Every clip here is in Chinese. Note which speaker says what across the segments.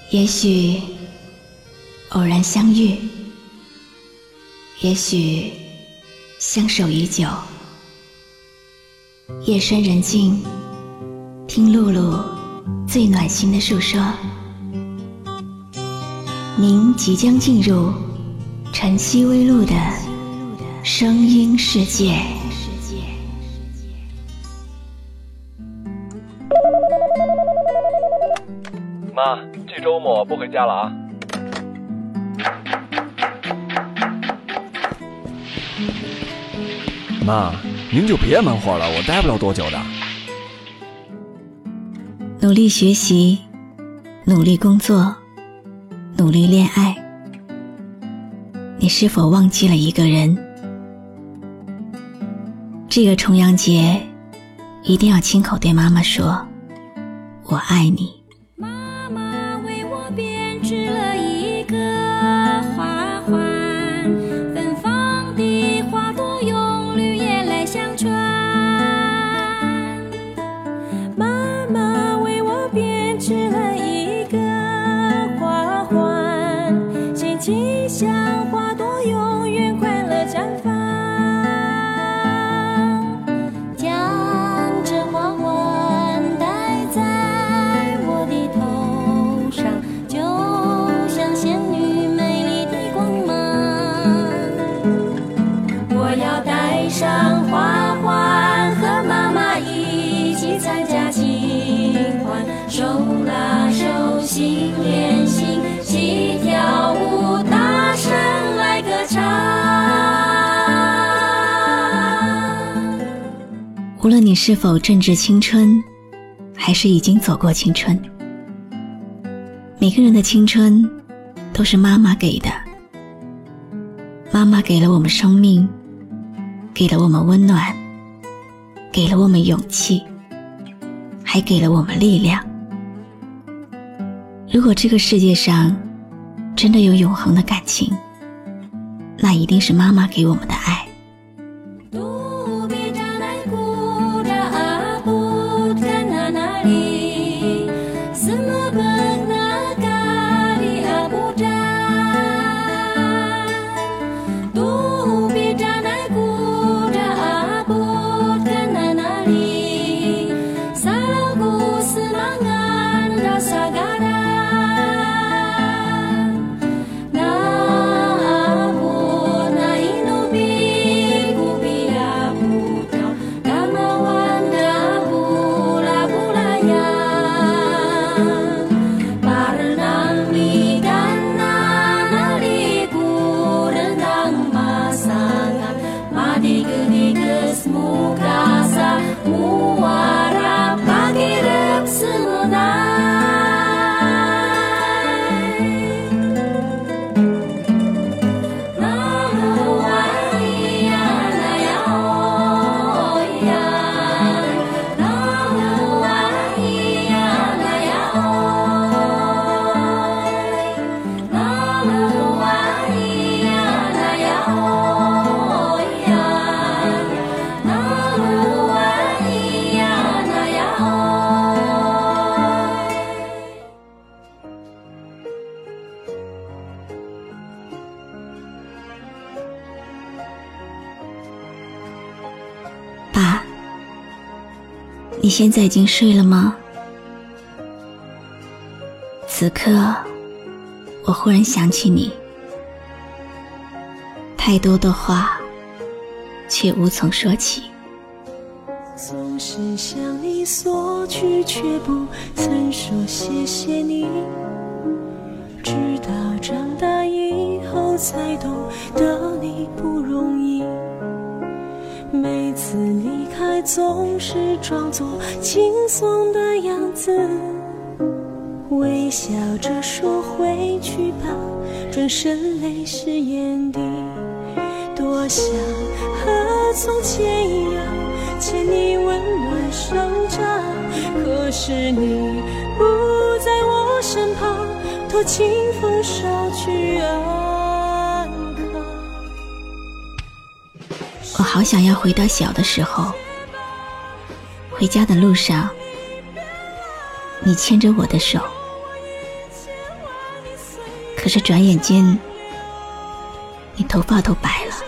Speaker 1: 也许偶然相遇，也许相守已久。夜深人静，听露露最暖心的诉说。您即将进入晨曦微露的声音世界。
Speaker 2: 妈，这周末不回家了啊。妈，您就别闷火了，我待不了多久的。
Speaker 1: 努力学习，努力工作，努力恋爱，你是否忘记了一个人？这个重阳节一定要亲口对妈妈说我爱你。
Speaker 3: 妈妈为我编织了一个花环，芬芳的花朵用绿叶来相传。妈妈为我编织了一个花环，心情像花朵永远快乐绽放。将这花环戴在我的头上，就像仙女美丽的光芒。我要戴上花环，和妈妈一起参加庆欢，手拉手，心连心，齐跳舞，大声来歌唱。
Speaker 1: 无论你是否正值青春，还是已经走过青春，每个人的青春都是妈妈给的。妈妈给了我们生命，给了我们温暖，给了我们勇气，还给了我们力量。如果这个世界上真的有永恒的感情，那一定是妈妈给我们的爱。爸，你现在已经睡了吗？此刻我忽然想起你，太多的话却无从说起。
Speaker 4: 总是向你索取，却不曾说谢谢你，直到长大以后才懂得你不容易。每次离开总是装作轻松的样子，微笑着说回去吧，转身泪湿眼底。多想和从前一样牵你温暖手掌，可是你不在我身旁，托清风捎去安康。
Speaker 1: 我好想要回到小的时候，回家的路上，你牵着我的手， 可是转眼间你头发都白了，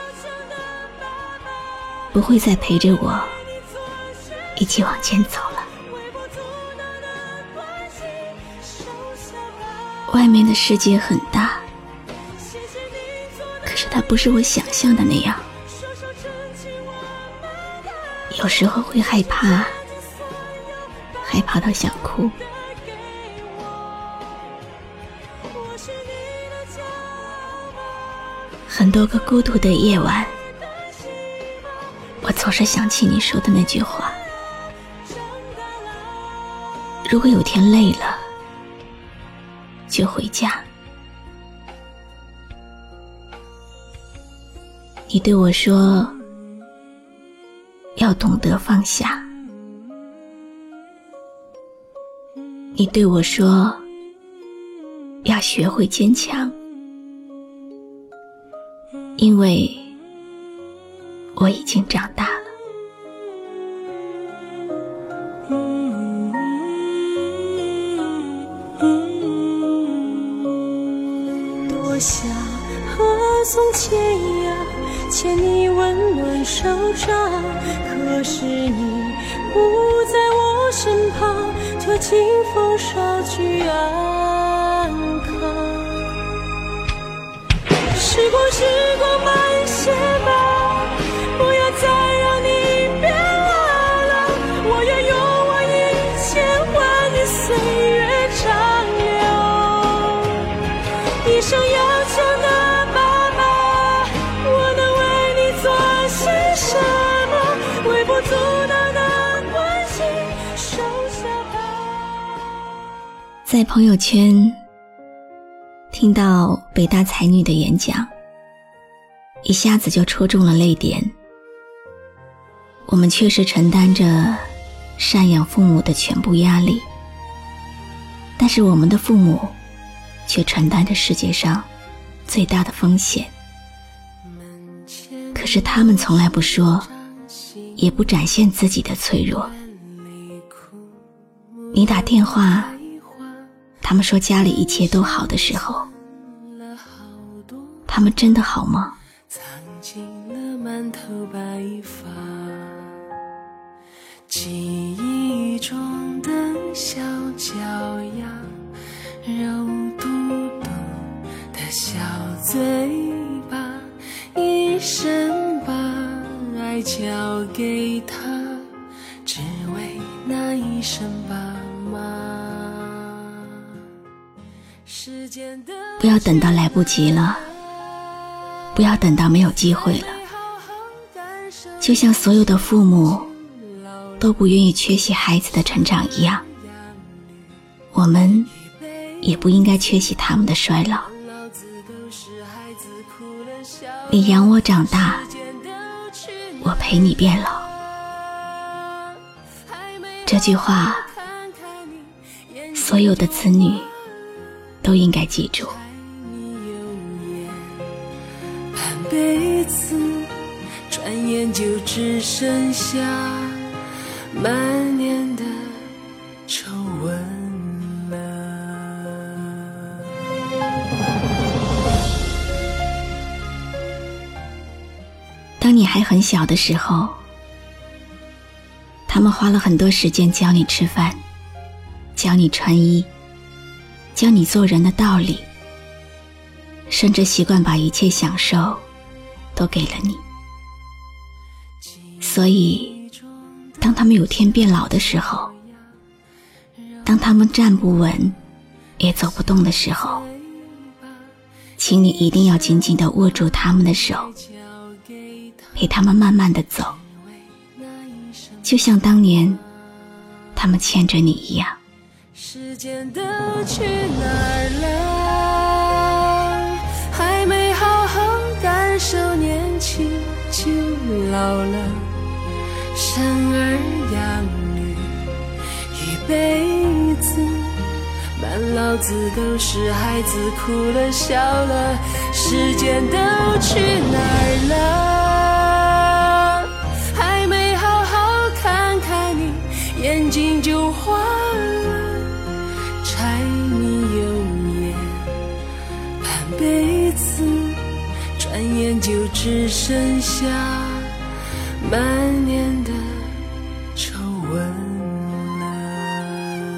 Speaker 1: 不会再陪着我一起往前走了。外面的世界很大，可是它不是我想象的那样。有时候会害怕到想哭。很多个孤独的夜晚，我总是想起你说的那句话，如果有天累了就回家。你对我说要懂得放下，你对我说要学会坚强，因为我已经长大了。
Speaker 4: 多想和从前一样牵你温暖手掌，可是你不在我身旁，就清风捎去安康。时光慢些吧，不要再让你变老了，我要用我一切换你岁月长留。一生要强的妈妈，我能为你做些什么？微不足道的关心，收下吧。
Speaker 1: 在朋友圈听到北大才女的演讲，一下子就戳中了泪点。我们确实承担着赡养父母的全部压力，但是我们的父母却承担着世界上最大的风险。可是他们从来不说，也不展现自己的脆弱。你打电话，他们说家里一切都好的时候，他们真的好吗？
Speaker 4: 藏进了满头白发，记忆中的小脚丫，肉嘟嘟的小嘴巴，一生把爱交给他，只为那一声爸妈。
Speaker 1: 不要等到来不及了，不要等到没有机会了。就像所有的父母都不愿意缺席孩子的成长一样，我们也不应该缺席他们的衰老。你养我长大，我陪你变老。这句话，所有的子女都应该记住。
Speaker 4: 半辈子转眼就只剩下满脸的皱纹了。
Speaker 1: 当你还很小的时候，他们花了很多时间教你吃饭，教你穿衣，教你做人的道理，甚至习惯把一切享受都给了你。所以当他们有天变老的时候，当他们站不稳也走不动的时候，请你一定要紧紧地握住他们的手，陪他们慢慢地走，就像当年他们牵着你一样。
Speaker 4: 时间都去哪儿了？还没好好感受年轻就老了，生儿养女一辈子，满脑子都是孩子哭了笑了。时间都去哪儿了？还没好好看看你，眼睛就花了。柴米油盐次，转眼就只剩下满脸的皱纹了。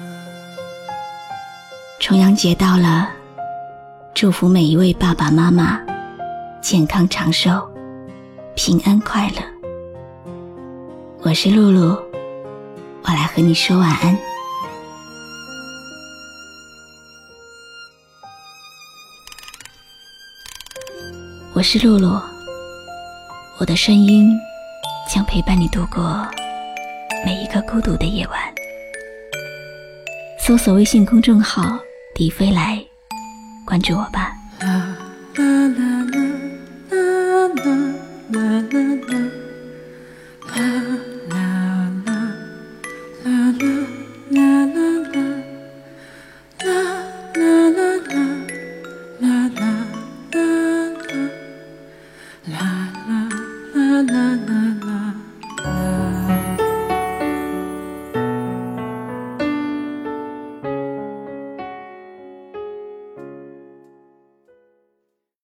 Speaker 1: 重阳节到了，祝福每一位爸爸妈妈健康长寿，平安快乐。我是露露，我来和你说晚安。我是露露，我的声音将陪伴你度过每一个孤独的夜晚。搜索微信公众号“迪飞来”，关注我吧。